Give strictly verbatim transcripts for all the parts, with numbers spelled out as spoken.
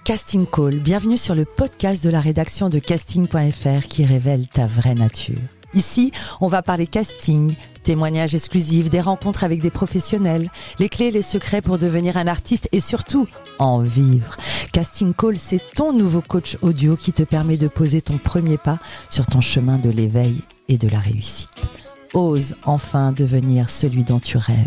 Casting Call, bienvenue sur le podcast de la rédaction de casting point f r qui révèle ta vraie nature. Ici, on va parler casting, témoignages exclusifs, des rencontres avec des professionnels, les clés et les secrets pour devenir un artiste et surtout, en vivre. Casting Call, c'est ton nouveau coach audio qui te permet de poser ton premier pas sur ton chemin de l'éveil et de la réussite. Ose enfin devenir celui dont tu rêves.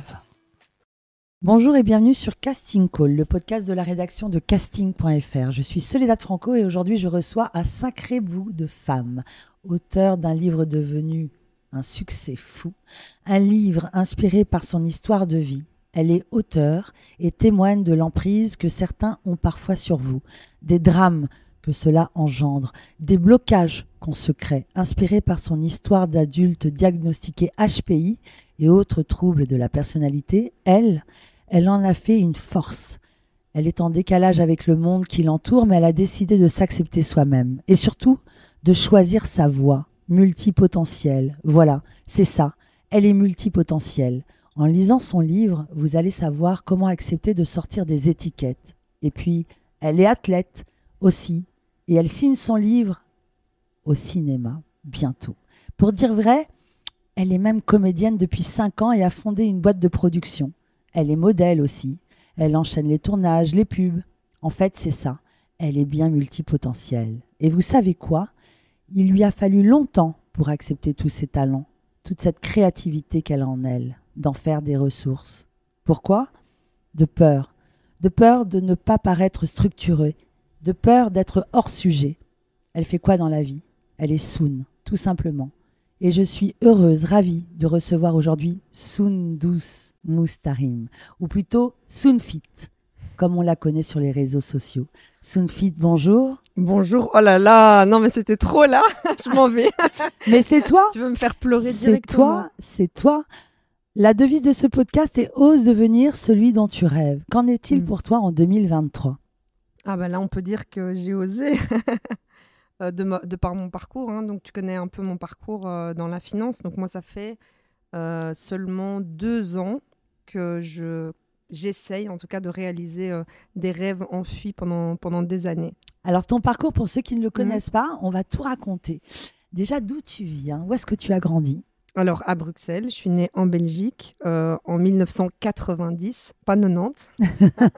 Bonjour et bienvenue sur Casting Call, le podcast de la rédaction de casting point f r. Je suis Soledad Franco et aujourd'hui je reçois un sacré bout de femme, auteur d'un livre devenu un succès fou, un livre inspiré par son histoire de vie. Elle est auteure et témoigne de l'emprise que certains ont parfois sur vous, des drames que cela engendre, des blocages qu'on se crée, inspirés par son histoire d'adulte diagnostiqué H P I et autres troubles de la personnalité. Elle, elle en a fait une force. Elle est en décalage avec le monde qui l'entoure, mais elle a décidé de s'accepter soi-même et surtout de choisir sa voie multipotentielle. Voilà, c'est ça, elle est multipotentielle. En lisant son livre, vous allez savoir comment accepter de sortir des étiquettes. Et puis, elle est athlète aussi, et elle signe son livre au cinéma bientôt. Pour dire vrai, elle est même comédienne depuis cinq ans et a fondé une boîte de production. Elle est modèle aussi. Elle enchaîne les tournages, les pubs. En fait, c'est ça. Elle est bien multipotentielle. Et vous savez quoi ? Il lui a fallu longtemps pour accepter tous ses talents, toute cette créativité qu'elle a en elle, d'en faire des ressources. Pourquoi ? De peur. De peur de ne pas paraître structurée. De peur d'être hors sujet. Elle fait quoi dans la vie ? Elle est Soun, tout simplement. Et je suis heureuse, ravie de recevoir aujourd'hui Soundous Moustarim, ou plutôt Sounfit, comme on la connaît sur les réseaux sociaux. Sounfit, bonjour. Bonjour, oh là là, non mais c'était trop là, je m'en vais. Mais c'est toi. Tu veux me faire pleurer c'est directement. toi, c'est toi. La devise de ce podcast est « Ose devenir celui dont tu rêves ». Qu'en est-il Mm. pour toi en deux mille vingt-trois ? Ah bah là on peut dire que j'ai osé, euh, de, ma- de par mon parcours, hein. Donc tu connais un peu mon parcours euh, dans la finance. Donc moi ça fait euh, seulement deux ans que je... j'essaye en tout cas de réaliser euh, des rêves enfuis pendant, pendant des années. Alors ton parcours, pour ceux qui ne le connaissent pas, on va tout raconter. Déjà, d'où tu viens ? Où est-ce que tu as grandi ? Alors à Bruxelles, je suis née en Belgique euh, en mille neuf cent quatre-vingt-dix, pas quatre-vingt-dix.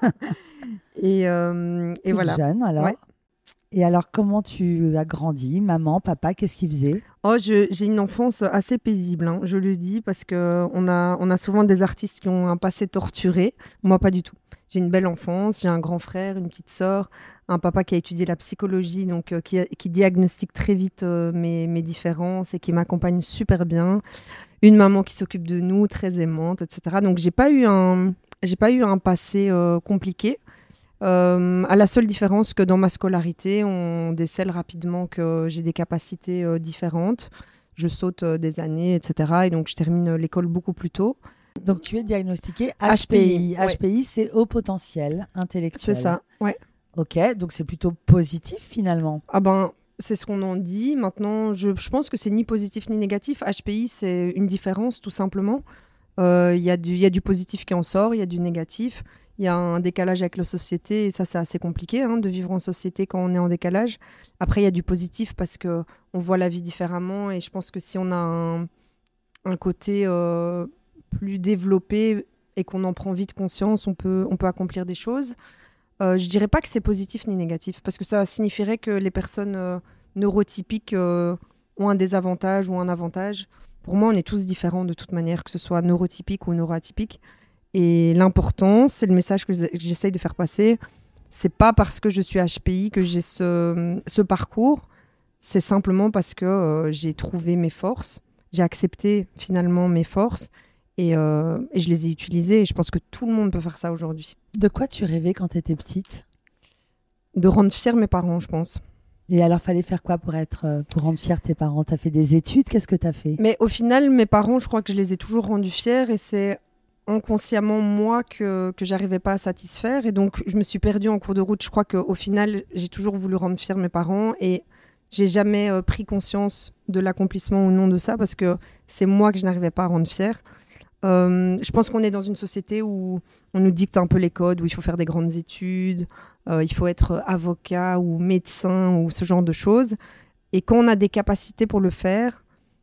et, euh, et Toute voilà. jeune, alors. Ouais. Et alors, comment tu as grandi ? Maman, papa, qu'est-ce qu'ils faisaient ? Oh, je- j'ai une enfance assez paisible, hein, je le dis, parce qu'on a, on a souvent des artistes qui ont un passé torturé. Moi, pas du tout. J'ai une belle enfance, j'ai un grand frère, une petite sœur, un papa qui a étudié la psychologie, donc euh, qui, a- qui diagnostique très vite euh, mes, mes différences et qui m'accompagne super bien. Une maman qui s'occupe de nous, très aimante, et cetera. Donc, j'ai pas eu un, j'ai pas eu un passé euh, compliqué. Euh, à la seule différence que dans ma scolarité, on décèle rapidement que j'ai des capacités euh, différentes. Je saute euh, des années, et cetera. Et donc, je termine l'école beaucoup plus tôt. Donc, tu es diagnostiqué H H P P I, I. ouais. H P I, c'est haut potentiel intellectuel. C'est ça, ouais. Ok, donc c'est plutôt positif finalement. Ah ben, c'est ce qu'on en dit. Maintenant, je, je pense que c'est ni positif ni négatif. H P I, c'est une différence, tout simplement. Euh, Il y a du, il y a du positif qui en sort, il y a du négatif. Il y a un décalage avec la société, et ça, c'est assez compliqué hein, de vivre en société quand on est en décalage. Après, il y a du positif parce qu'on voit la vie différemment. Et je pense que si on a un, un côté euh, plus développé et qu'on en prend vite conscience, on peut, on peut accomplir des choses. Euh, je dirais pas que c'est positif ni négatif, parce que ça signifierait que les personnes euh, neurotypiques euh, ont un désavantage ou un avantage. Pour moi, on est tous différents de toute manière, que ce soit neurotypique ou neuroatypique. Et l'important, c'est le message que j'essaye de faire passer. C'est pas parce que je suis H P I que j'ai ce, ce parcours. C'est simplement parce que euh, j'ai trouvé mes forces. J'ai accepté finalement mes forces et, euh, et je les ai utilisées. Et je pense que tout le monde peut faire ça aujourd'hui. De quoi tu rêvais quand tu étais petite ? De rendre fiers mes parents, je pense. Et alors, fallait faire quoi pour, être, euh, pour rendre fiers tes parents ? Tu as fait des études ? Qu'est-ce que tu as fait ? Mais au final, mes parents, je crois que je les ai toujours rendus fiers et c'est inconsciemment moi que, que j'arrivais pas à satisfaire. Et donc, je me suis perdue en cours de route. Je crois qu'au final, j'ai toujours voulu rendre fiers mes parents et j'ai jamais euh, pris conscience de l'accomplissement ou non de ça parce que c'est moi que je n'arrivais pas à rendre fière. Euh, je pense qu'on est dans une société où on nous dicte un peu les codes, où il faut faire des grandes études, euh, il faut être avocat ou médecin ou ce genre de choses. Et quand on a des capacités pour le faire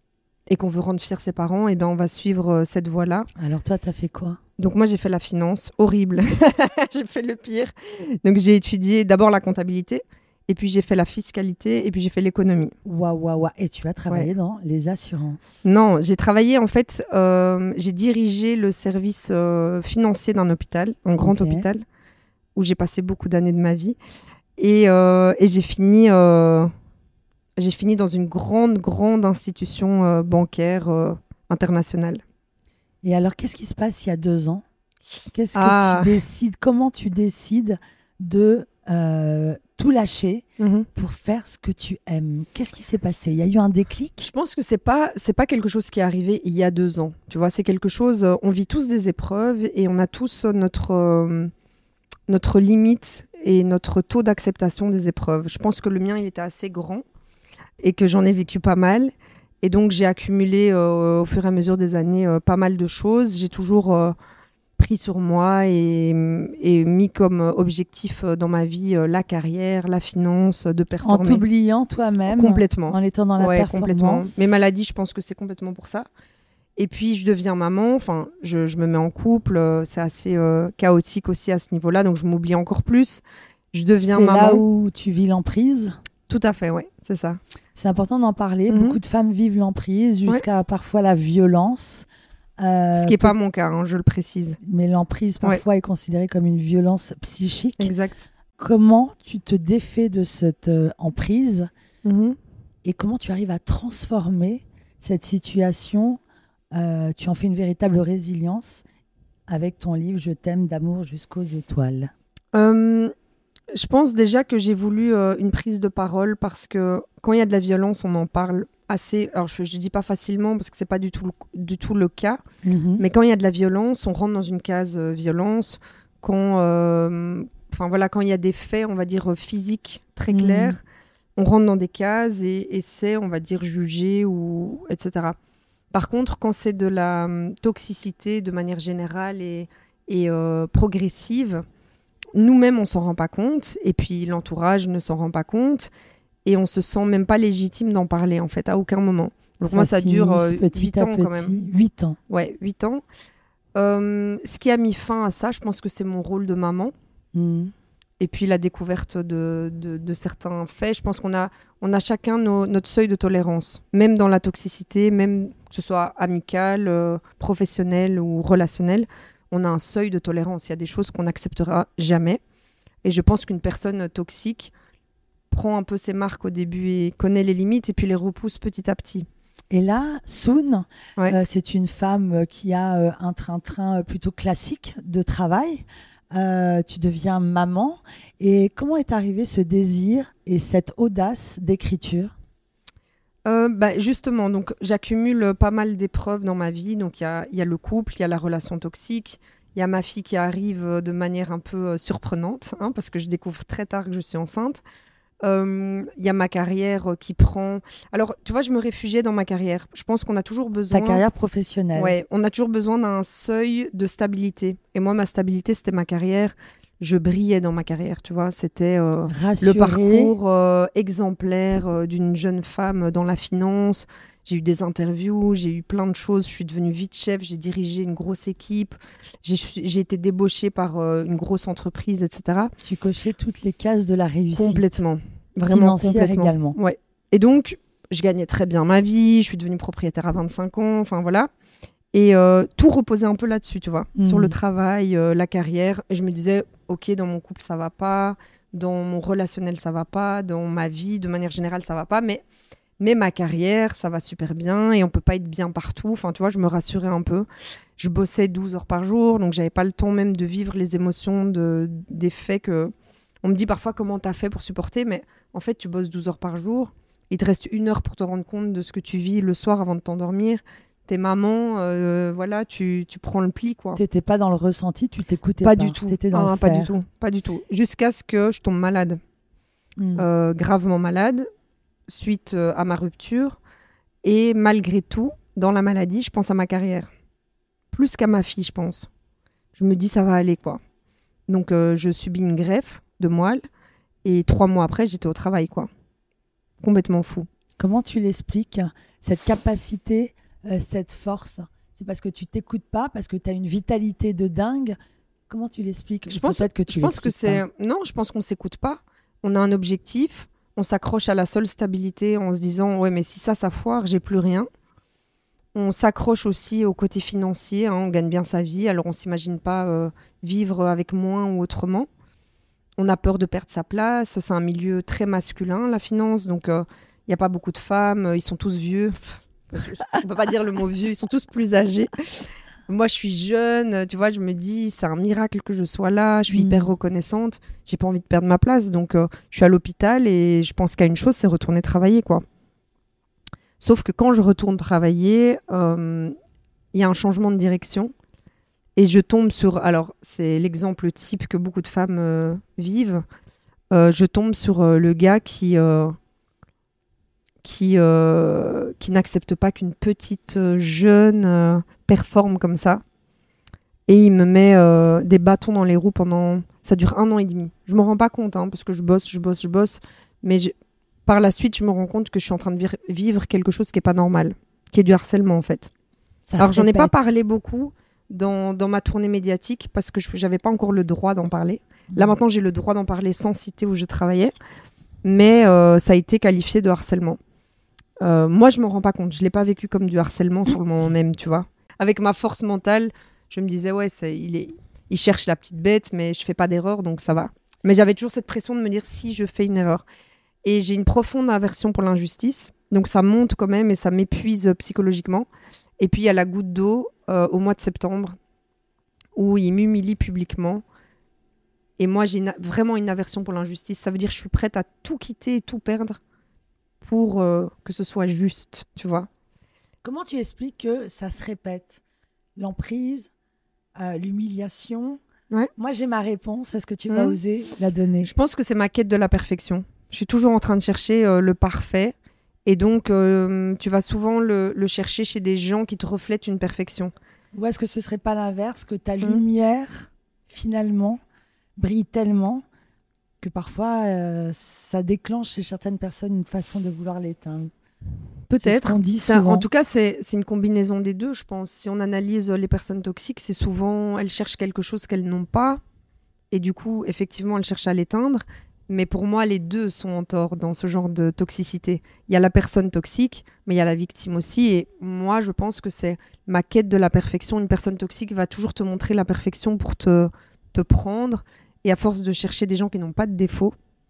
et qu'on veut rendre fiers ses parents, eh ben, on va suivre euh, cette voie-là. Alors toi, tu as fait quoi? Donc moi, j'ai fait la finance, horrible. J'ai fait le pire. Donc j'ai étudié d'abord la comptabilité, et puis j'ai fait la fiscalité, et puis j'ai fait l'économie. Waouh, waouh, waouh. Et tu as travaillé Ouais. dans les assurances. Non, j'ai travaillé en fait, euh, j'ai dirigé le service euh, financier d'un hôpital, un grand Ok. hôpital, où j'ai passé beaucoup d'années de ma vie. Et, euh, et j'ai fini, euh, j'ai fini dans une grande, grande institution euh, bancaire euh, internationale. Et alors, qu'est-ce qui se passe il y a deux ans? Qu'est-ce que Ah. tu décides? Comment tu décides de euh, tout lâcher Mhm. pour faire ce que tu aimes? Qu'est-ce qui s'est passé? Il y a eu un déclic? Je pense que c'est pas c'est pas quelque chose qui est arrivé il y a deux ans. Tu vois, c'est quelque chose. euh, On vit tous des épreuves et on a tous euh, notre euh, notre limite et notre taux d'acceptation des épreuves. Je pense que le mien il était assez grand et que j'en ai vécu pas mal. Et donc j'ai accumulé euh, au fur et à mesure des années euh, pas mal de choses. J'ai toujours euh, pris sur moi et, et mis comme objectif euh, dans ma vie euh, la carrière, la finance, euh, de En performer. t'oubliant toi-même, Complètement. en étant dans la Ouais, complètement. performance. Mes maladies, je pense que c'est complètement pour ça. Et puis, je deviens maman, enfin, je, je me mets en couple, euh, c'est assez euh, chaotique aussi à ce niveau-là, donc je m'oublie encore plus. Je deviens C'est maman. là où tu vis l'emprise. Tout à fait, ouais, c'est ça. C'est important d'en parler. Mhm. Beaucoup de femmes vivent l'emprise jusqu'à parfois la violence. Euh, Ce qui n'est pas mon cas, hein, je le précise. Mais l'emprise parfois est considérée comme une violence psychique. Exact. Comment tu te défais de cette euh, emprise Mhm. et comment tu arrives à transformer cette situation? Euh, tu en fais une véritable résilience avec ton livre Je t'aime d'amour jusqu'aux étoiles. Euh, je pense déjà que j'ai voulu euh, une prise de parole parce que quand il y a de la violence, on en parle assez. Alors, je ne dis pas facilement parce que ce n'est pas du tout, le, du tout le cas. Mm-hmm. Mais quand il y a de la violence, on rentre dans une case euh, violence. Quand, euh, enfin, voilà, quand il y a des faits, on va dire, euh, physiques très Mhm. clairs, on rentre dans des cases et, et c'est, on va dire, jugé, ou, et cetera. Par contre, quand c'est de la hum, toxicité de manière générale et, et euh, progressive, nous-mêmes, on s'en rend pas compte. Et puis, l'entourage ne s'en rend pas compte. Et on se sent même pas légitime d'en parler, en fait, à aucun moment. Donc moi, ça dure euh, huit ans quand même. huit ans. Ouais, huit ans. Euh, ce qui a mis fin à ça, je pense que c'est mon rôle de maman. Mmh. Et puis la découverte de, de, de certains faits. Je pense qu'on a, on a chacun nos, notre seuil de tolérance, même dans la toxicité, même que ce soit amical, euh, professionnel ou relationnel. On a un seuil de tolérance. Il y a des choses qu'on n'acceptera jamais. Et je pense qu'une personne toxique prend un peu ses marques au début et connaît les limites et puis les repousse petit à petit. Et là, Soun, Ouais. euh, c'est une femme qui a euh, un train-train plutôt classique de travail. Euh, tu deviens maman. Et comment est arrivé ce désir et cette audace d'écriture? Euh, bah, justement, donc j'accumule pas mal d'épreuves dans ma vie. Donc il y a, y a le couple, il y a la relation toxique, il y a ma fille qui arrive de manière un peu euh, surprenante, hein, parce que je découvre très tard que je suis enceinte. Il euh, y a ma carrière euh, qui prend... Alors, tu vois, je me réfugiais dans ma carrière. Je pense qu'on a toujours besoin... Ta carrière professionnelle. Ouais, on a toujours besoin d'un seuil de stabilité. Et moi, ma stabilité, c'était ma carrière. Je brillais dans ma carrière, tu vois. C'était euh, le parcours euh, exemplaire euh, d'une jeune femme dans la finance. J'ai eu des interviews, j'ai eu plein de choses. Je suis devenue vite chef, j'ai dirigé une grosse équipe. J'ai, j'ai été débauchée par euh, une grosse entreprise, et cetera. Tu cochais toutes les cases de la réussite. Complètement. Vraiment Financière complètement. également. Ouais. Et donc, je gagnais très bien ma vie. Je suis devenue propriétaire à vingt-cinq ans. Enfin, voilà. Et euh, tout reposait un peu là-dessus, tu vois. Mmh. Sur le travail, euh, la carrière. Et je me disais, OK, dans mon couple, ça va pas. Dans mon relationnel, ça va pas. Dans ma vie, de manière générale, ça va pas. Mais... Mais ma carrière, ça va super bien et on peut pas être bien partout. Enfin, tu vois, je me rassurais un peu. Je bossais douze heures par jour, donc j'avais pas le temps même de vivre les émotions de, des faits que... On me dit parfois comment t'as fait pour supporter, mais en fait, tu bosses douze heures par jour. Il te reste une heure pour te rendre compte de ce que tu vis le soir avant de t'endormir. T'es maman, euh, voilà, tu, tu prends le pli, quoi. T'étais pas dans le ressenti, tu t'écoutais pas. Pas du tout. T'étais dans ah, le pas faire. du tout, pas du tout. Jusqu'à ce que je tombe malade, mmh. euh, gravement malade. Suite euh, à ma rupture. Et malgré tout, dans la maladie, je pense à ma carrière. plus qu'à ma fille, je pense. Je me dis, ça va aller, quoi. Donc, euh, je subis une greffe de moelle et trois mois après, j'étais au travail, quoi. Complètement fou. Comment tu l'expliques, cette capacité, euh, cette force? C'est parce que tu t'écoutes pas, parce que tu as une vitalité de dingue. Comment tu l'expliques? Je pense, Peut-être que tu je pense que c'est... pas. Non, je pense qu'on s'écoute pas. On a un objectif, on s'accroche à la seule stabilité en se disant, ouais, mais si ça, ça foire, j'ai plus rien. On s'accroche aussi au côté financier, hein, on gagne bien sa vie, alors on s'imagine pas euh, vivre avec moins ou autrement. On a peur de perdre sa place, c'est un milieu très masculin, la finance, donc il euh, n'y a pas beaucoup de femmes, ils sont tous vieux. On ne peut pas dire le mot vieux, ils sont tous plus âgés. Moi, je suis jeune, tu vois, je me dis, c'est un miracle que je sois là, je suis mmh. hyper reconnaissante, j'ai pas envie de perdre ma place, donc euh, je suis à l'hôpital et je pense qu'à une chose, c'est retourner travailler, quoi. Sauf que quand je retourne travailler, il euh, y a un changement de direction et je tombe sur, alors c'est l'exemple type que beaucoup de femmes euh, vivent, euh, je tombe sur euh, le gars qui... Euh, qui, euh, qui n'accepte pas qu'une petite euh, jeune euh, performe comme ça. Et il me met euh, des bâtons dans les roues pendant... Ça dure un an et demi. Je ne me rends pas compte, hein, parce que je bosse, je bosse, je bosse. Mais je... par la suite, je me rends compte que je suis en train de vi- vivre quelque chose qui n'est pas normal, qui est du harcèlement, en fait. Ça Alors, j'en ai pas parlé beaucoup dans, dans ma tournée médiatique, parce que je n'avais pas encore le droit d'en parler. Mmh. Là, maintenant, j'ai le droit d'en parler sans citer où je travaillais. Mais euh, ça a été qualifié de harcèlement. Euh, moi, je m'en rends pas compte. Je l'ai pas vécu comme du harcèlement sur le moment même, tu vois. Avec ma force mentale, je me disais, ouais, c'est, il, est, il cherche la petite bête, mais je fais pas d'erreur, donc ça va. Mais j'avais toujours cette pression de me dire si je fais une erreur. Et j'ai une profonde aversion pour l'injustice, donc ça monte quand même et ça m'épuise psychologiquement. Et puis, il y a la goutte d'eau euh, au mois de septembre, où il m'humilie publiquement. Et moi, j'ai une, vraiment une aversion pour l'injustice. Ça veut dire que je suis prête à tout quitter et tout perdre pour euh, que ce soit juste, tu vois. Comment tu expliques que ça se répète? L'emprise, euh, l'humiliation. Ouais. Moi, j'ai ma réponse. Est-ce que tu mmh. vas oser la donner? Je pense que c'est ma quête de la perfection. Je suis toujours en train de chercher euh, le parfait. Et donc, euh, tu vas souvent le, le chercher chez des gens qui te reflètent une perfection. Ou est-ce que ce serait pas l'inverse, que ta mmh. lumière, finalement, brille tellement que parfois, euh, ça déclenche chez certaines personnes une façon de vouloir l'éteindre? Peut-être. C'est ce qu'on dit ça, souvent. En tout cas, c'est, c'est une combinaison des deux, je pense. Si on analyse les personnes toxiques, c'est souvent, elles cherchent quelque chose qu'elles n'ont pas. Et du coup, effectivement, elles cherchent à l'éteindre. Mais pour moi, les deux sont en tort dans ce genre de toxicité. Il y a la personne toxique, mais il y a la victime aussi. Et moi, je pense que c'est ma quête de la perfection. Une personne toxique va toujours te montrer la perfection pour te, te prendre. Et à force de chercher des gens qui n'ont pas de défauts,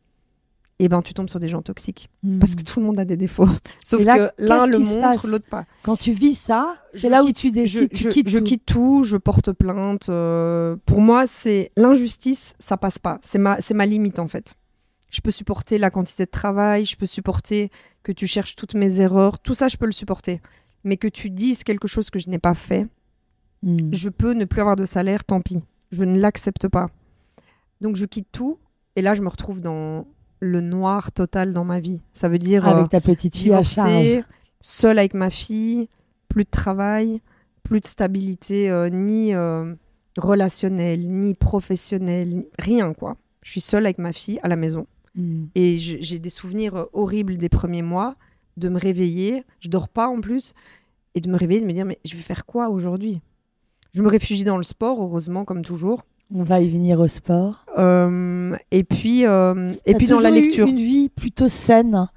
eh ben, tu tombes sur des gens toxiques. Mmh. Parce que tout le monde a des défauts. Sauf là, que l'un le montre, l'autre pas. Quand tu vis ça, c'est je là quitte, où tu décides, je, tu je, quittes je tout. quitte tout, je porte plainte. Euh, pour moi, c'est l'injustice, ça passe pas. C'est ma, c'est ma limite, en fait. Je peux supporter la quantité de travail, je peux supporter que tu cherches toutes mes erreurs. Tout ça, je peux le supporter. Mais que tu dises quelque chose que je n'ai pas fait, mmh. je peux ne plus avoir de salaire, tant pis. Je ne l'accepte pas. Donc, je quitte tout. Et là, je me retrouve dans le noir total dans ma vie. Ça veut dire... Avec euh, ta petite fille à charge. Seule avec ma fille, plus de travail, plus de stabilité, euh, ni euh, relationnelle, ni professionnelle, ni... rien, quoi. Je suis seule avec ma fille à la maison. Mmh. Et je, j'ai des souvenirs horribles des premiers mois, de me réveiller, je dors pas en plus, et de me réveiller, de me dire, mais je vais faire quoi aujourd'hui? Je me réfugie dans le sport, heureusement, comme toujours. On va y venir au sport. Euh, et puis, euh, et puis dans la lecture. Eu une vie plutôt saine,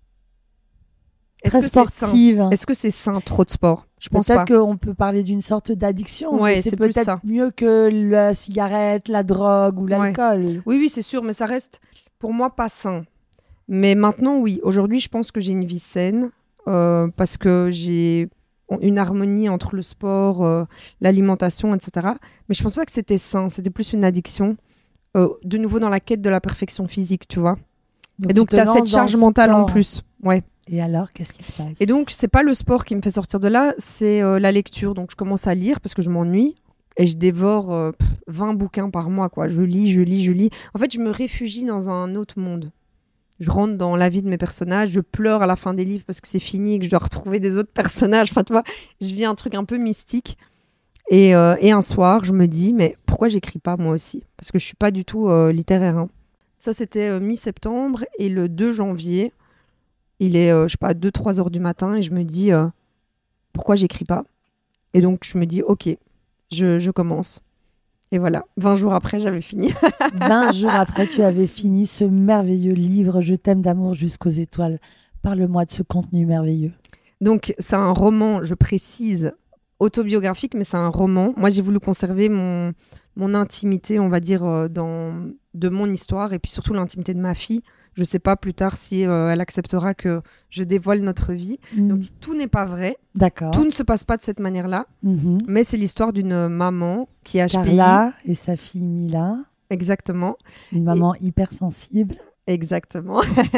Est-ce très sportive. C'est Est-ce que c'est sain, trop de sport? Je pense peut-être pas. qu'on peut parler d'une sorte d'addiction. Ouais, mais c'est, c'est peut-être ça. mieux que la cigarette, la drogue ou l'alcool. Ouais. Oui, oui, c'est sûr, mais ça reste pour moi pas sain. Mais maintenant, oui. Aujourd'hui, je pense que j'ai une vie saine euh, parce que j'ai une harmonie entre le sport, euh, l'alimentation, et cetera. Mais je pense pas que c'était sain. C'était plus une addiction. Euh, de nouveau dans la quête de la perfection physique, tu vois. Donc, et donc, tu as cette charge mentale en plus. Ouais. Et alors, qu'est-ce qui se passe? Et donc, c'est pas le sport qui me fait sortir de là, c'est euh, la lecture. Donc, je commence à lire parce que je m'ennuie et je dévore euh, pff, vingt bouquins par mois, quoi. Je lis, je lis, je lis. En fait, je me réfugie dans un autre monde. Je rentre dans la vie de mes personnages, je pleure à la fin des livres parce que c'est fini, que je dois retrouver des autres personnages. Enfin, tu vois, je vis un truc un peu mystique. Et, euh, et un soir, je me dis, mais pourquoi j'écris pas moi aussi? Parce que je suis pas du tout euh, littéraire. Hein. Ça, c'était euh, mi-septembre. Et le deux janvier, il est, euh, je sais pas, deux trois heures du matin. Et je me dis, euh, pourquoi j'écris pas? Et donc, je me dis, ok, je, je commence. Et voilà, vingt jours après, j'avais fini. vingt jours après, tu avais fini ce merveilleux livre « Je t'aime d'amour jusqu'aux étoiles ». Parle-moi de ce contenu merveilleux. Donc, c'est un roman, je précise, autobiographique, mais c'est un roman. Moi, j'ai voulu conserver mon, mon intimité, on va dire, euh, dans, de mon histoire et puis surtout l'intimité de ma fille. Je ne sais pas plus tard si euh, elle acceptera que je dévoile notre vie. Mmh. Donc, tout n'est pas vrai. D'accord. Tout ne se passe pas de cette manière-là. Mmh. Mais c'est l'histoire d'une maman qui a H P I. Carla et sa fille Mila. Exactement. Une maman et... hypersensible. Exactement.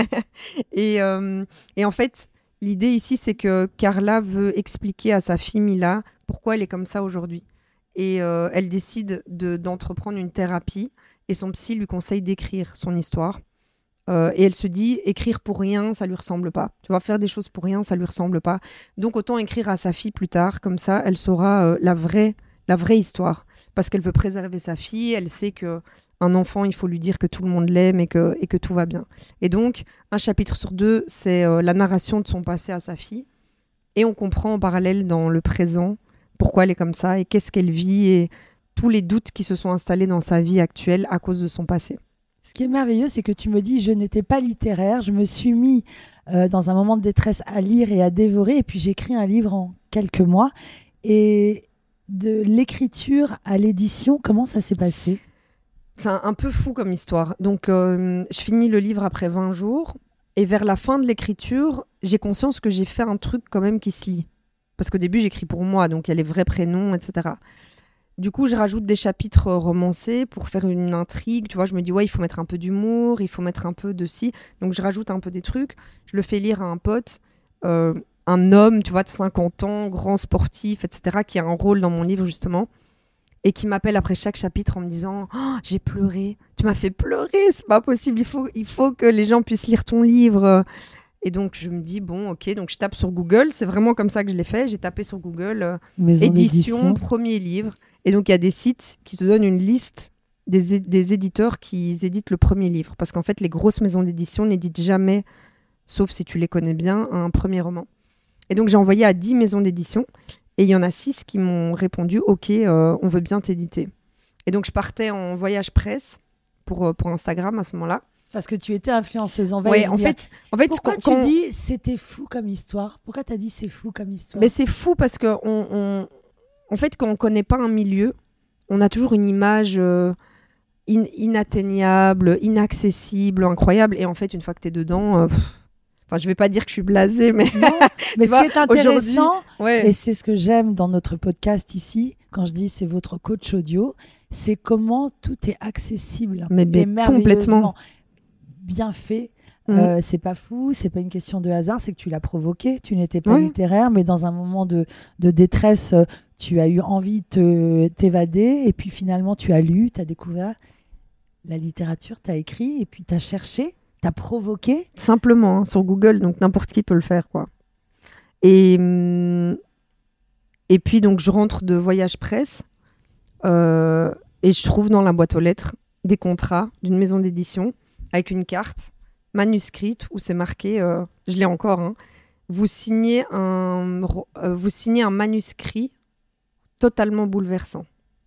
et, euh, et en fait, l'idée ici, c'est que Carla veut expliquer à sa fille Mila pourquoi elle est comme ça aujourd'hui. Et euh, elle décide de, d'entreprendre une thérapie. Et son psy lui conseille d'écrire son histoire. Euh, et elle se dit, écrire pour rien, ça lui ressemble pas. Tu vois, faire des choses pour rien, ça lui ressemble pas. Donc autant écrire à sa fille plus tard, comme ça, elle saura euh, la vraie, la vraie histoire. Parce qu'elle veut préserver sa fille, elle sait que un enfant, il faut lui dire que tout le monde l'aime et que, et que tout va bien. Et donc, un chapitre sur deux, c'est euh, la narration de son passé à sa fille. Et on comprend en parallèle dans le présent pourquoi elle est comme ça et qu'est-ce qu'elle vit et tous les doutes qui se sont installés dans sa vie actuelle à cause de son passé. Ce qui est merveilleux, c'est que tu me dis, je n'étais pas littéraire, je me suis mis euh, dans un moment de détresse à lire et à dévorer, et puis j'ai écrit un livre en quelques mois. Et de l'écriture à l'édition, comment ça s'est passé ? C'est un, un peu fou comme histoire. Donc, euh, je finis le livre après vingt jours, et vers la fin de l'écriture, j'ai conscience que j'ai fait un truc quand même qui se lit. Parce qu'au début, j'écris pour moi, donc il y a les vrais prénoms, et cetera. Du coup, je rajoute des chapitres romancés pour faire une intrigue. Tu vois, je me dis, ouais, il faut mettre un peu d'humour, il faut mettre un peu de ci. Donc, je rajoute un peu des trucs. Je le fais lire à un pote, euh, un homme, tu vois, de cinquante ans, grand sportif, et cetera, qui a un rôle dans mon livre, justement, et qui m'appelle après chaque chapitre en me disant, oh, j'ai pleuré, tu m'as fait pleurer, c'est pas possible, il faut, il faut que les gens puissent lire ton livre. Et donc, je me dis, bon, ok, donc je tape sur Google. C'est vraiment comme ça que je l'ai fait. J'ai tapé sur Google, euh, édition, édition, premier livre. Et donc, il y a des sites qui te donnent une liste des, é- des éditeurs qui éditent le premier livre. Parce qu'en fait, les grosses maisons d'édition n'éditent jamais, sauf si tu les connais bien, un premier roman. Et donc, j'ai envoyé à dix maisons d'édition. Et il y en a six qui m'ont répondu, ok, euh, on veut bien t'éditer. Et donc, je partais en voyage presse pour, pour Instagram à ce moment-là. Parce que tu étais influenceuse. On va ouais, en fait, en fait, pourquoi quand, tu dis c'était fou comme histoire ? Pourquoi tu as dit c'est fou comme histoire ? Mais c'est fou parce que on, on... en fait, quand on ne connaît pas un milieu, on a toujours une image euh, in- inatteignable, inaccessible, incroyable. Et en fait, une fois que tu es dedans, euh, pff... enfin, je ne vais pas dire que je suis blasée, mais, non, mais ce vois, qui est intéressant, ouais. et c'est ce que j'aime dans notre podcast ici, quand je dis c'est votre coach audio, c'est comment tout est accessible mais et merveilleusement complètement bien fait. Mmh. Euh, c'est pas fou, c'est pas une question de hasard, c'est que tu l'as provoqué. Tu n'étais pas oui. littéraire, mais dans un moment de, de détresse, euh, tu as eu envie de te, t'évader, et puis finalement tu as lu, tu as découvert la littérature, tu as écrit, et puis tu as cherché, tu as provoqué. Simplement, hein, sur Google, donc n'importe qui peut le faire, quoi. Et, et puis, donc, je rentre de voyage presse, euh, et je trouve dans la boîte aux lettres des contrats d'une maison d'édition avec une carte manuscrite où c'est marqué, euh, je l'ai encore, hein, vous signez un, euh, vous signez un manuscrit totalement bouleversant.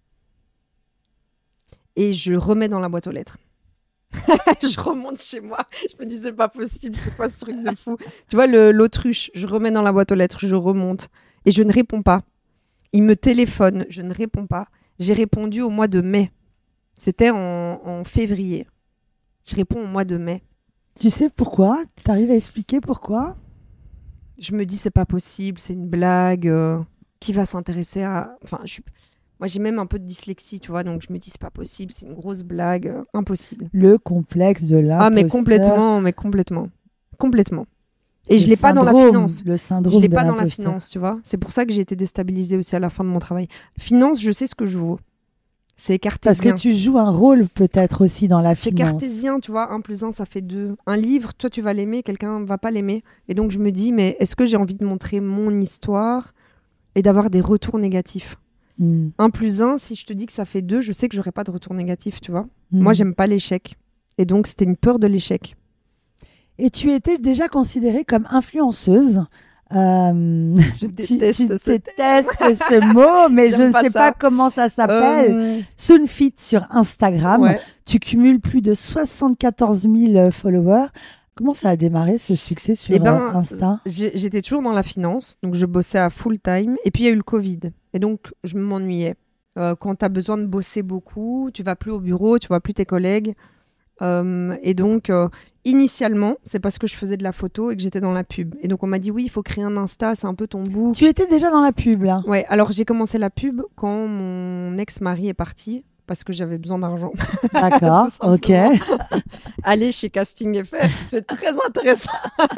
Et je remets dans la boîte aux lettres. Je remonte chez moi. Je me dis, c'est pas possible, c'est quoi ce truc de fou ? Tu vois, le, l'autruche, je remets dans la boîte aux lettres, je remonte. Et je ne réponds pas. Il me téléphone, je ne réponds pas. J'ai répondu au mois de mai. C'était en, en février. Je réponds au mois de mai. Tu sais pourquoi ? Tu arrives à expliquer pourquoi ? Je me dis, c'est pas possible, c'est une blague. Euh, qui va s'intéresser à... Enfin, je suis... Moi, j'ai même un peu de dyslexie, tu vois, donc je me dis, c'est pas possible, c'est une grosse blague, euh, impossible. Le complexe de l'imposteur. Ah, mais complètement, mais complètement. Complètement. Et le je l'ai pas dans la finance. Le syndrome je l'ai de pas dans la l'imposteur. finance, tu vois. C'est pour ça que j'ai été déstabilisée aussi à la fin de mon travail. Finance, je sais ce que je vaux. C'est cartésien. Parce que tu joues un rôle peut-être aussi dans la c'est finance. C'est cartésien, tu vois. un plus un, ça fait deux. Un livre, toi, tu vas l'aimer, quelqu'un va pas l'aimer. Et donc, je me dis, mais est-ce que j'ai envie de montrer mon histoire et d'avoir des retours négatifs ? Mm. un plus un, si je te dis que ça fait deux, je sais que j'aurai pas de retour négatif, tu vois. Mm. Moi, j'aime pas l'échec. Et donc, c'était une peur de l'échec. Et tu étais déjà considérée comme influenceuse. Euh, Je tu, déteste tu ce détestes ce mot, mais je J'aime ne pas sais ça. pas comment ça s'appelle. Euh, Soonfit sur Instagram. ouais. Tu cumules plus de soixante-quatorze mille followers. Comment ça a démarré ce succès sur Eh ben, euh, Insta? J'ai- J'étais toujours dans la finance, donc je bossais à full time. Et puis il y a eu le Covid. Et donc je m'ennuyais. Euh, quand tu as besoin de bosser beaucoup, tu vas plus au bureau, tu vois plus tes collègues. Euh, et donc, euh, initialement, c'est parce que je faisais de la photo et que j'étais dans la pub. Et donc on m'a dit oui, il faut créer un Insta, c'est un peu ton book. Tu étais déjà dans la pub, là. Ouais, alors j'ai commencé la pub quand mon ex-mari est parti parce que j'avais besoin d'argent. D'accord, Tout ok. simplement. Aller chez Casting F R, c'est très intéressant.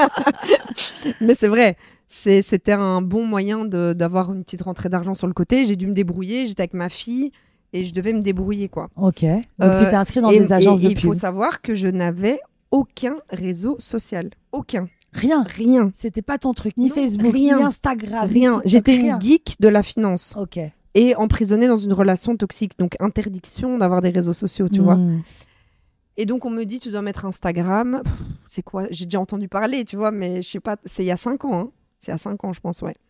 Mais c'est vrai, c'est- c'était un bon moyen de- d'avoir une petite rentrée d'argent sur le côté. J'ai dû me débrouiller, j'étais avec ma fille et je devais me débrouiller, quoi. Ok. Donc Euh, tu t'es inscrit dans et, des agences et- de et il pub. faut savoir que je n'avais aucun réseau social. Aucun. Rien. Rien. C'était pas ton truc, ni Non, Facebook, rien. ni Instagram, ni Rien. TikTok, J'étais rien. une geek de la finance Ok. et emprisonnée dans une relation toxique. Donc interdiction d'avoir des réseaux sociaux, tu vois. Hmm. Et donc on me dit, tu dois mettre Instagram. Pff, c'est quoi? J'ai déjà entendu parler, tu vois, mais je sais pas. C'est il y a cinq ans. Hein. C'est il y a cinq ans, je pense, ouais.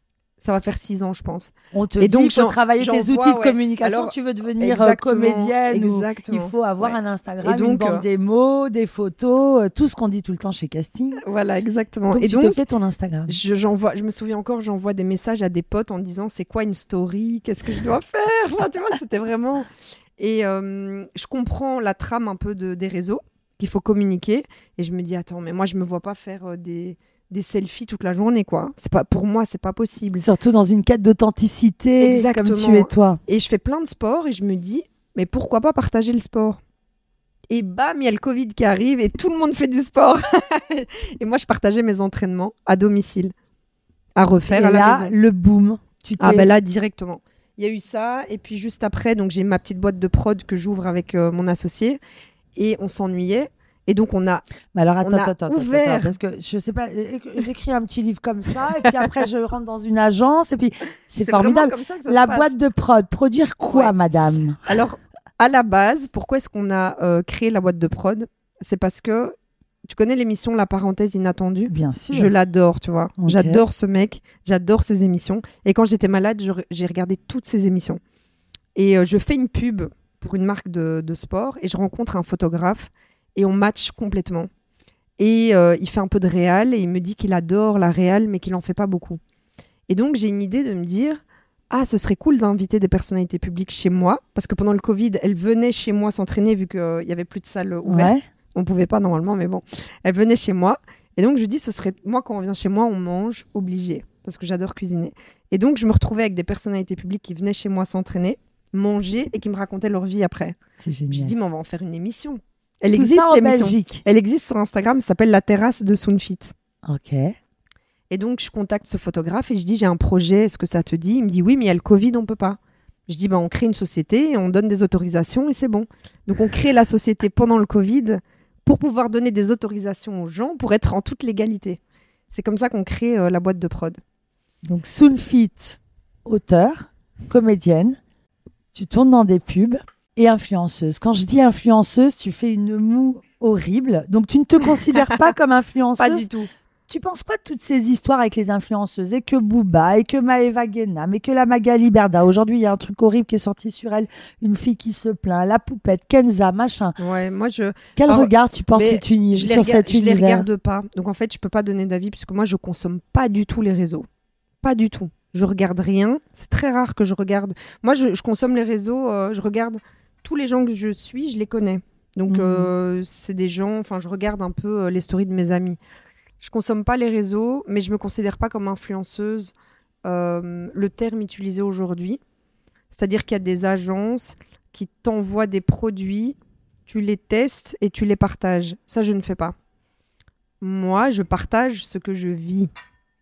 Ça va faire six ans, je pense. On te Et dit donc, qu'il faut j'en- travailler j'en tes vois, outils de ouais. communication. Alors, tu veux devenir euh, exactement, comédienne ou exactement. il faut avoir Ouais. un Instagram, Et donc, une bande euh, des mots, des photos, euh, tout ce qu'on dit tout le temps chez Casting. Voilà, exactement. Donc et tu donc, te fais ton Instagram. je, j'envoie, je me souviens encore, j'envoie des messages à des potes en disant c'est quoi une story, qu'est-ce que je dois faire. Enfin, tu vois, c'était vraiment. Et euh, je comprends la trame un peu de, des réseaux, qu'il faut communiquer. Et je me dis attends, mais moi je me vois pas faire euh, des, des selfies toute la journée, quoi. C'est pas pour moi, c'est pas possible. Surtout dans une quête d'authenticité, Exactement. comme tu es toi. Et je fais plein de sport et je me dis mais pourquoi pas partager le sport. Et bam, il y a le Covid qui arrive et tout le monde fait du sport. Et moi, je partageais mes entraînements à domicile, à refaire Et à la là, maison. le boom. Tu Ah t'es- ben là, directement. Il y a eu ça. Et puis juste après, donc j'ai ma petite boîte de prod que j'ouvre avec euh, mon associé. Et on s'ennuyait. Et donc on a... Mais alors attends, on a attends, attends, ouvert. attends, parce que je sais pas, euh, j'écris un petit livre comme ça, et puis après je rentre dans une agence, et puis c'est vraiment formidable. comme ça que ça La se passe. boîte de prod, produire quoi, Ouais. madame? Alors, à la base, pourquoi est-ce qu'on a euh, créé la boîte de prod? C'est parce que tu connais l'émission La parenthèse inattendue? Bien sûr. Je l'adore, tu vois. Ok. J'adore ce mec, j'adore ses émissions. Et quand j'étais malade, je re- j'ai regardé toutes ses émissions. Et euh, je fais une pub pour une marque de, de sport et je rencontre un photographe et on match complètement. Et euh, il fait un peu de réal et il me dit qu'il adore la réal mais qu'il n'en fait pas beaucoup. Et donc j'ai une idée de me dire ah, ce serait cool d'inviter des personnalités publiques chez moi parce que pendant le Covid, elles venaient chez moi s'entraîner vu qu'il n'y avait plus de salles ouvertes. Ouais. On pouvait pas normalement, mais bon. Elle venait chez moi. Et donc, je dis, ce serait... Moi, quand on vient chez moi, on mange obligé. Parce que j'adore cuisiner. Et donc, je me retrouvais avec des personnalités publiques qui venaient chez moi s'entraîner, manger et qui me racontaient leur vie après. C'est génial. Je dis, mais on va en faire une émission. Elle Tout existe, ça en l'émission. Belgique. Elle existe sur Instagram, ça s'appelle La Terrasse de Soonfit. Ok. Et donc, je contacte ce photographe et je dis, j'ai un projet, est-ce que ça te dit? Il me dit, oui, mais il y a le Covid, on peut pas. Je dis, bah, on crée une société et on donne des autorisations et c'est bon. Donc, on crée la société pendant le Covid pour pouvoir donner des autorisations aux gens pour être en toute légalité. C'est comme ça qu'on crée euh, la boîte de prod. Donc Soonfit, auteur, comédienne, tu tournes dans des pubs et influenceuse. Quand je dis influenceuse, tu fais une moue horrible. Donc tu ne te considères pas comme influenceuse. Pas du tout. Tu penses quoi de toutes ces histoires avec les influenceuses et que Booba et que Maëva Guénam et que la Magali Berda. Aujourd'hui, il y a un truc horrible qui est sorti sur elle. Une fille qui se plaint, la poupette, Kenza, machin. Ouais, moi je Quel Alors, regard tu portes mais cet uni- je les, sur rega- cet je les univers? regarde pas. Donc en fait, je peux pas donner d'avis puisque moi je consomme pas du tout les réseaux. Pas du tout. Je regarde rien. C'est très rare que je regarde. Moi, je, je consomme les réseaux. euh, je regarde tous les gens que je suis, je les connais. Donc Mhm. euh, c'est des gens. Enfin, je regarde un peu euh, les stories de mes amis. Je consomme pas les réseaux, mais je me considère pas comme influenceuse. Euh, le terme utilisé aujourd'hui, c'est-à-dire qu'il y a des agences qui t'envoient des produits, tu les testes et tu les partages. Ça, je ne fais pas. Moi, je partage ce que je vis.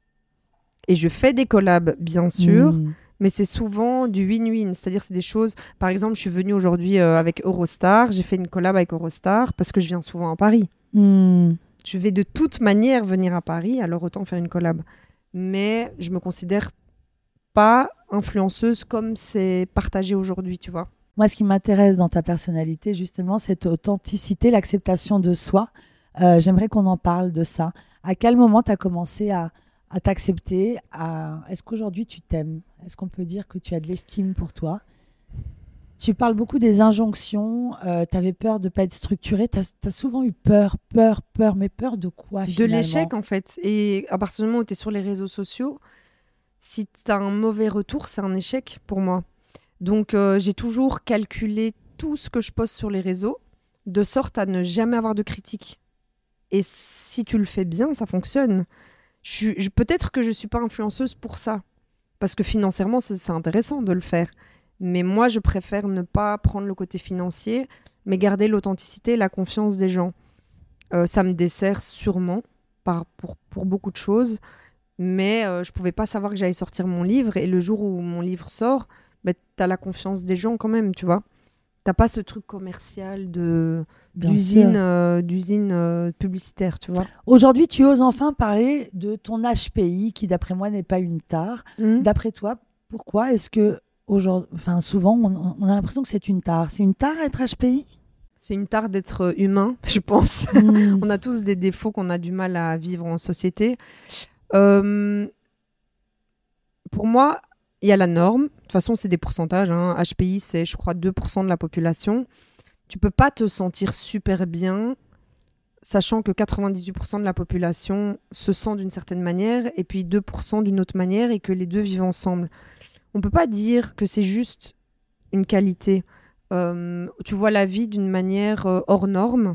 Et je fais des collabs, bien sûr, Mmh. mais c'est souvent du win-win. C'est-à-dire c'est des choses... Par exemple, je suis venue aujourd'hui euh, avec Eurostar. J'ai fait une collab avec Eurostar parce que je viens souvent à Paris. Mmh. Je vais de toute manière venir à Paris, alors autant faire une collab. Mais je me considère pas influenceuse comme c'est partagé aujourd'hui, tu vois. Moi, ce qui m'intéresse dans ta personnalité, justement, c'est l'authenticité, l'acceptation de soi. Euh, j'aimerais qu'on en parle de ça. À quel moment tu as commencé à, à t'accepter à... Est-ce qu'aujourd'hui, tu t'aimes? Est-ce qu'on peut dire que tu as de l'estime pour toi? Tu parles beaucoup des injonctions. Euh, tu avais peur de ne pas être structurée. Tu as souvent eu peur, peur, peur. Mais peur de quoi, De finalement? l'échec, en fait. Et à partir du moment où tu es sur les réseaux sociaux, si tu as un mauvais retour, c'est un échec pour moi. Donc, euh, j'ai toujours calculé tout ce que je poste sur les réseaux, de sorte à ne jamais avoir de critiques. Et si tu le fais bien, ça fonctionne. Je suis, je, peut-être que je ne suis pas influenceuse pour ça. Parce que financièrement, c'est, c'est intéressant de le faire. Mais moi, je préfère ne pas prendre le côté financier, mais garder l'authenticité et la confiance des gens. Euh, ça me dessert sûrement par, pour, pour beaucoup de choses. Mais euh, je ne pouvais pas savoir que j'allais sortir mon livre. Et le jour où mon livre sort, bah, tu as la confiance des gens quand même, tu vois. Tu n'as pas ce truc commercial de, d'usine, euh, d'usine euh, publicitaire, tu vois. Aujourd'hui, tu oses enfin parler de ton H P I, qui d'après moi n'est pas une tare. Mmh. D'après toi, pourquoi est-ce que aujourd'hui, enfin, souvent, on, on a l'impression que c'est une tare. C'est une tare être H P I? C'est une tare d'être humain, je pense. Mmh. On a tous des défauts qu'on a du mal à vivre en société. Euh, pour moi, il y a la norme. De toute façon, c'est des pourcentages. Hein. H P I, c'est, je crois, deux pour cent de la population. Tu peux pas te sentir super bien, sachant que quatre-vingt-dix-huit pour cent de la population se sent d'une certaine manière, et puis deux pour cent d'une autre manière, et que les deux vivent ensemble. On peut pas dire que c'est juste une qualité. Euh, tu vois la vie d'une manière euh, hors norme.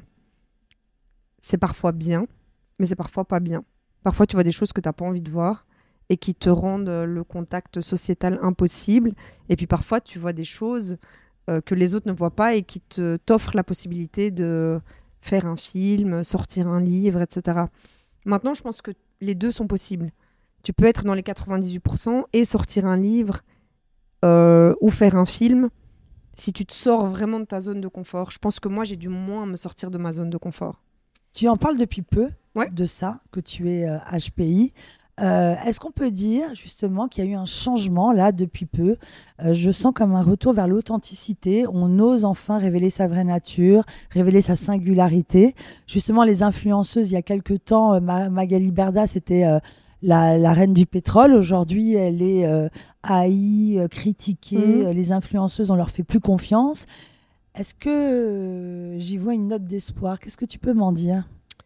C'est parfois bien, mais c'est parfois pas bien. Parfois, tu vois des choses que tu n'as pas envie de voir et qui te rendent le contact sociétal impossible. Et puis parfois, tu vois des choses euh, que les autres ne voient pas et qui te, t'offrent la possibilité de faire un film, sortir un livre, et cetera. Maintenant, je pense que les deux sont possibles. Tu peux être dans les quatre-vingt-dix-huit pour cent et sortir un livre euh, ou faire un film si tu te sors vraiment de ta zone de confort. Je pense que moi, j'ai du moins à me sortir de ma zone de confort. Tu en parles depuis peu, ouais. de ça, que tu es euh, H P I. Euh, est-ce qu'on peut dire justement qu'il y a eu un changement là depuis peu? euh, Je sens comme un retour vers l'authenticité. On ose enfin révéler sa vraie nature, révéler sa singularité. Justement, les influenceuses, il y a quelques temps, euh, Magali Berda, c'était euh, la, la reine du pétrole. Aujourd'hui, elle est euh, haïe, euh, critiquée. Mmh. Les influenceuses, on leur fait plus confiance. Est-ce que euh, j'y vois une note d'espoir? Qu'est-ce que tu peux m'en dire?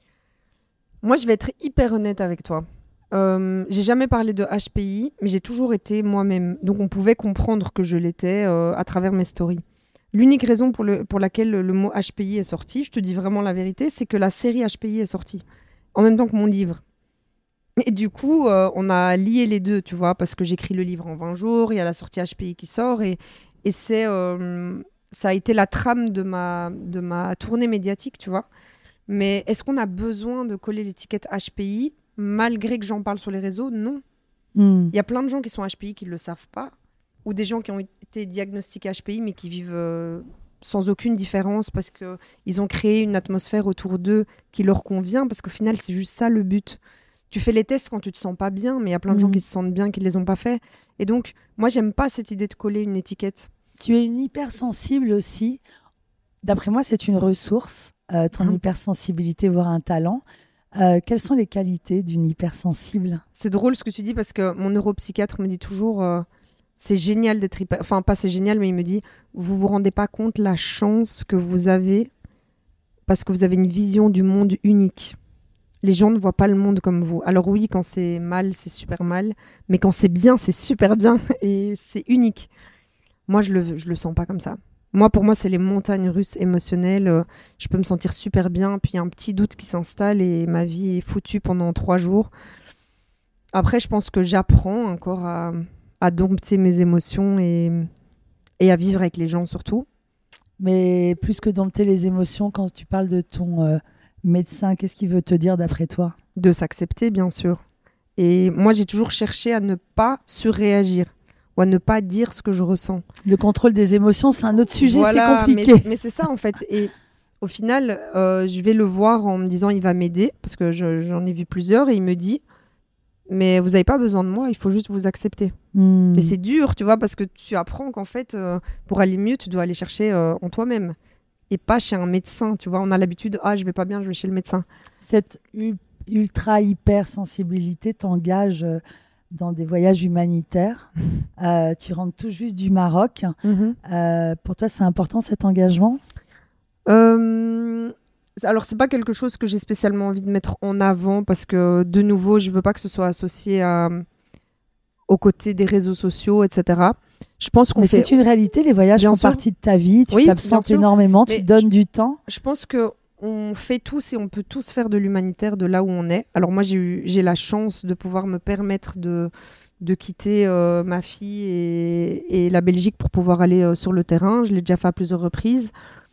Moi, je vais être hyper honnête avec toi. Euh, j'ai jamais parlé de H P I, mais j'ai toujours été moi-même. Donc, on pouvait comprendre que je l'étais euh, à travers mes stories. L'unique raison pour, le, pour laquelle le, le mot H P I est sorti, je te dis vraiment la vérité, c'est que la série H P I est sortie en même temps que mon livre. Et du coup, euh, on a lié les deux, tu vois, parce que j'écris le livre en vingt jours, il y a la sortie H P I qui sort, et, et c'est, euh, ça a été la trame de ma, de ma tournée médiatique, tu vois. Mais est-ce qu'on a besoin de coller l'étiquette H P I malgré que j'en parle sur les réseaux? Non. Mm. Il y a plein de gens qui sont H P I qui ne le savent pas, ou des gens qui ont été diagnostiqués H P I mais qui vivent euh, sans aucune différence parce qu'ils ont créé une atmosphère autour d'eux qui leur convient, parce qu'au final, c'est juste ça le but. Tu fais les tests quand tu te sens pas bien, mais il y a plein de mmh. gens qui se sentent bien qui ne les ont pas fait. Et donc, moi, j'aime pas cette idée de coller une étiquette. Tu es une hypersensible aussi. D'après moi, c'est une ressource, euh, ton mmh. hypersensibilité, voire un talent. Euh, quelles sont les qualités d'une hypersensible? C'est drôle ce que tu dis, parce que mon neuropsychiatre me dit toujours euh, c'est génial d'être hyper... Enfin, pas c'est génial, mais il me dit vous vous rendez pas compte la chance que vous avez parce que vous avez une vision du monde unique. Les gens ne voient pas le monde comme vous. Alors oui, quand c'est mal, c'est super mal. Mais quand c'est bien, c'est super bien. Et c'est unique. Moi, je le, je le sens pas comme ça. Moi, pour moi, c'est les montagnes russes émotionnelles. Je peux me sentir super bien, puis il y a un petit doute qui s'installe et ma vie est foutue pendant trois jours. Après, je pense que j'apprends encore à, à dompter mes émotions et, et à vivre avec les gens surtout. Mais plus que dompter les émotions, quand tu parles de ton... Euh... médecin, qu'est-ce qu'il veut te dire d'après toi? De s'accepter, bien sûr. Et moi, j'ai toujours cherché à ne pas surréagir ou à ne pas dire ce que je ressens. Le contrôle des émotions, c'est un autre sujet, voilà, c'est compliqué. Mais, mais c'est ça, en fait. Et au final, euh, je vais le voir en me disant il va m'aider, parce que je, j'en ai vu plusieurs, et il me dit mais vous n'avez pas besoin de moi, il faut juste vous accepter. Mmh. Et c'est dur, tu vois, parce que tu apprends qu'en fait, euh, pour aller mieux, tu dois aller chercher euh, en toi-même et pas chez un médecin, tu vois. On a l'habitude, ah, je vais pas bien, je vais chez le médecin. Cette u- ultra hyper sensibilité t'engage euh, dans des voyages humanitaires. Euh, tu rentres tout juste du Maroc. Mm-hmm. Euh, pour toi, c'est important cet engagement? Euh, alors, c'est pas quelque chose que j'ai spécialement envie de mettre en avant parce que, de nouveau, je veux pas que ce soit associé à, aux côtés des réseaux sociaux, et cetera. Je pense qu'on Mais fait... c'est une réalité, les voyages Bien font sûr. partie de ta vie, tu Oui, t'absentes bien sûr. énormément, Mais tu te donnes je- du temps. Je pense que on fait tous et on peut tous faire de l'humanitaire de là où on est. Alors moi, j'ai eu, j'ai la chance de pouvoir me permettre de, de quitter euh, ma fille et, et la Belgique pour pouvoir aller euh, sur le terrain. Je l'ai déjà fait à plusieurs reprises.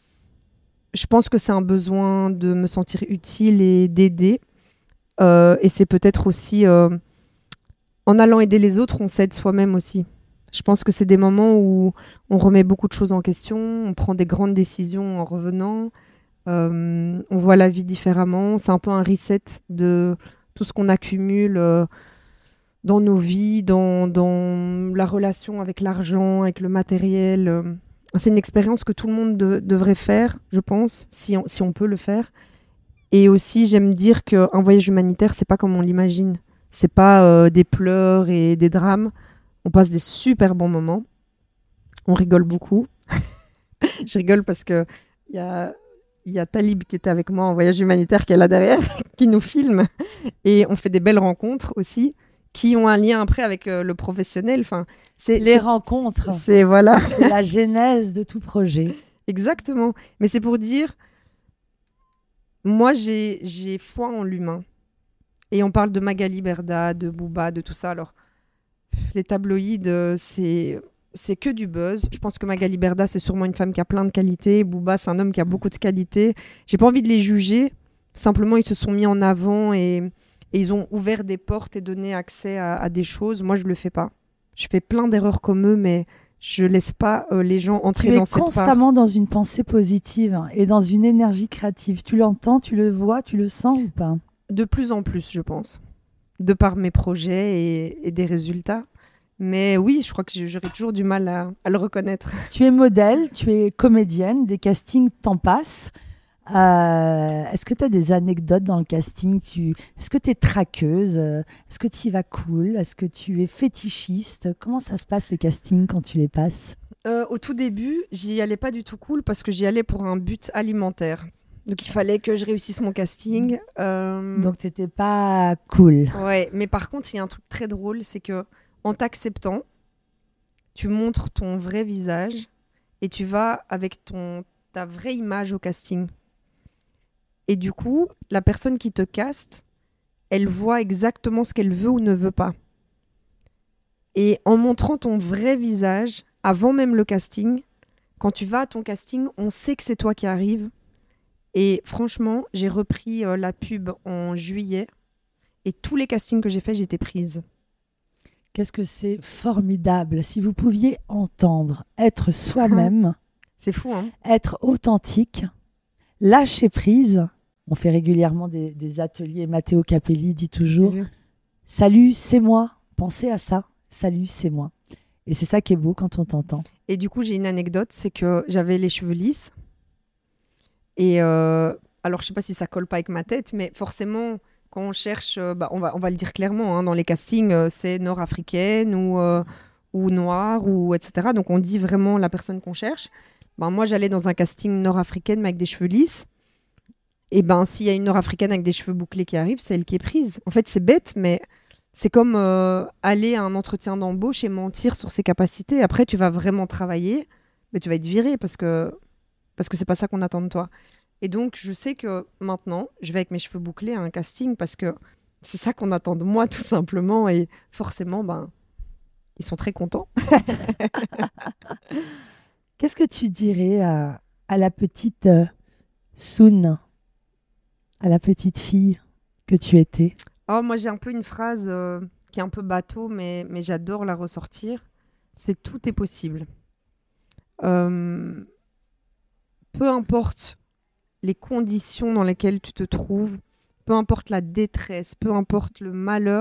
Je pense que c'est un besoin de me sentir utile et d'aider. Euh, et c'est peut-être aussi, euh, en allant aider les autres, on s'aide soi-même aussi. Je pense que c'est des moments où on remet beaucoup de choses en question, on prend des grandes décisions en revenant. Euh, on voit la vie différemment. C'est un peu un reset de tout ce qu'on accumule euh, dans nos vies, dans, dans la relation avec l'argent, avec le matériel. Euh, c'est une expérience que tout le monde de- devrait faire, je pense, si on, si on peut le faire. Et aussi, j'aime dire qu'un voyage humanitaire, c'est pas comme on l'imagine. C'est pas euh, des pleurs et des drames. On passe des super bons moments. On rigole beaucoup. Je rigole parce que il y a il y a Talib qui était avec moi en voyage humanitaire, qui est là derrière, qui nous filme. Et on fait des belles rencontres aussi, qui ont un lien après avec euh, le professionnel. Enfin, c'est, Les c'est, rencontres, c'est- voilà, c'est la genèse de tout projet. exactement. Mais c'est pour dire, moi, j'ai, j'ai foi en l'humain. Et on parle de Magali Berda, de Booba, de tout ça. Alors, les tabloïds, euh, c'est... c'est que du buzz. Je pense que Magali Berda, c'est sûrement une femme qui a plein de qualités. Booba, c'est un homme qui a beaucoup de qualités. J'ai pas envie de les juger. Simplement, ils se sont mis en avant et, et ils ont ouvert des portes et donné accès à, à des choses. Moi, je le fais pas. Je fais plein d'erreurs comme eux, mais je laisse pas euh, les gens entrer Tu es dans cette part. constamment dans une pensée positive et dans une énergie créative. Tu l'entends, tu le vois, tu le sens ou pas? De plus en plus, je pense. De par mes projets et, et des résultats. Mais oui, je crois que j'aurais toujours du mal à, à le reconnaître. Tu es modèle, tu es comédienne, des castings t'en passent. Euh, est-ce que tu as des anecdotes dans le casting? tu... Est-ce que tu es traqueuse? Est-ce que tu y vas cool? Est-ce que tu es fétichiste? Comment ça se passe les castings quand tu les passes? Euh, au tout début, j'y allais pas du tout cool parce que j'y allais pour un but alimentaire. Donc il fallait que je réussisse mon casting. Euh, Donc t'étais pas cool. Ouais, mais par contre, il y a un truc très drôle, c'est que en t'acceptant, tu montres ton vrai visage et tu vas avec ton, ta vraie image au casting. Et du coup, la personne qui te caste, elle voit exactement ce qu'elle veut ou ne veut pas. Et en montrant ton vrai visage, avant même le casting, quand tu vas à ton casting, on sait que c'est toi qui arrives. Et franchement, j'ai repris euh, la pub en juillet et tous les castings que j'ai faits, j'étais prise. Qu'est-ce que c'est formidable. Si vous pouviez entendre, être soi-même, C'est fou, hein? être authentique, lâcher prise. On fait régulièrement des, des ateliers. Matteo Capelli dit toujours « Salut, c'est moi ». Pensez à ça. « Salut, c'est moi ». Et c'est ça qui est beau quand on t'entend. Et du coup, j'ai une anecdote, c'est que j'avais les cheveux lisses. Et euh, alors, je sais pas si ça colle pas avec ma tête, mais forcément, quand on cherche, euh, bah, on, va, on va le dire clairement, hein, dans les castings, euh, c'est nord-africaine ou, euh, ou noire, ou, et cetera. Donc, on dit vraiment la personne qu'on cherche. Ben, moi, j'allais dans un casting nord-africaine, mais avec des cheveux lisses. Et ben, s'il y a une nord-africaine avec des cheveux bouclés qui arrive, c'est elle qui est prise. En fait, c'est bête, mais c'est comme euh, aller à un entretien d'embauche et mentir sur ses capacités. Après, tu vas vraiment travailler, mais tu vas être viré parce que parce que c'est pas ça qu'on attend de toi. Et donc, je sais que maintenant, je vais avec mes cheveux bouclés à un casting parce que c'est ça qu'on attend de moi, tout simplement. Et forcément, ben, ils sont très contents. Qu'est-ce que tu dirais à, à la petite euh, Soun, à la petite fille que tu étais? Oh, moi, j'ai un peu une phrase euh, qui est un peu bateau, mais, mais j'adore la ressortir. C'est « tout est possible euh, ». Peu importe les conditions dans lesquelles tu te trouves, peu importe la détresse, peu importe le malheur,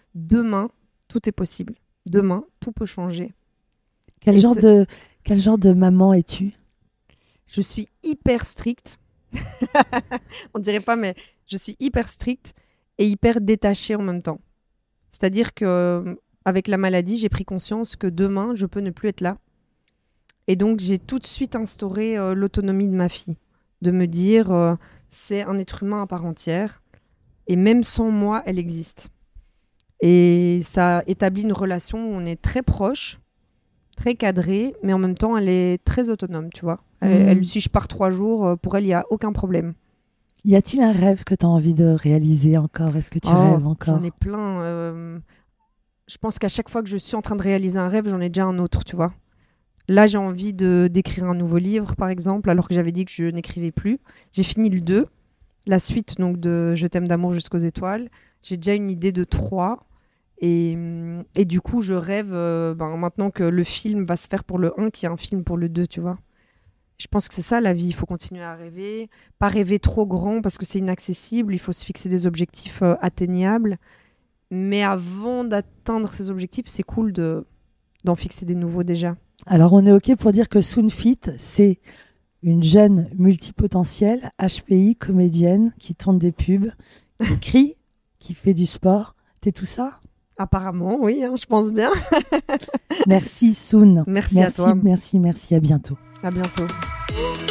demain, tout est possible. Demain, tout peut changer. Quel, genre de, quel genre de maman es-tu ? Je suis hyper stricte. On dirait pas, mais je suis hyper stricte et hyper détachée en même temps. C'est-à-dire qu'avec la maladie, j'ai pris conscience que demain, je peux ne plus être là. Et donc, j'ai tout de suite instauré euh, l'autonomie de ma fille. De me dire, euh, c'est un être humain à part entière. Et même sans moi, elle existe. Et ça établit une relation où on est très proche, très cadré, mais en même temps, elle est très autonome, tu vois. Elle, mmh. elle, si je pars trois jours, pour elle, il n'y a aucun problème. Y a-t-il un rêve que tu as envie de réaliser encore ? Est-ce que tu oh, rêves encore ? J'en ai plein. Euh, je pense qu'à chaque fois que je suis en train de réaliser un rêve, j'en ai déjà un autre, tu vois. Là, j'ai envie de, d'écrire un nouveau livre, par exemple, alors que j'avais dit que je n'écrivais plus. J'ai fini le deux, la suite donc de « Je t'aime d'amour jusqu'aux étoiles ». J'ai déjà une idée de trois. Et, et du coup, je rêve euh, ben, maintenant que le film va se faire pour le un, qu'il y a un film pour le deux, tu vois. Je pense que c'est ça la vie, il faut continuer à rêver, pas rêver trop grand parce que c'est inaccessible, il faut se fixer des objectifs euh, atteignables. Mais avant d'atteindre ces objectifs, c'est cool de, d'en fixer des nouveaux déjà. Alors on est OK pour dire que Soonfit, c'est une jeune multipotentielle, H P I, comédienne, qui tourne des pubs, qui crie, qui fait du sport. T'es tout ça ? Apparemment, oui, hein, je pense bien. Merci Soon. Merci, merci à toi. Merci, merci, à bientôt. À bientôt.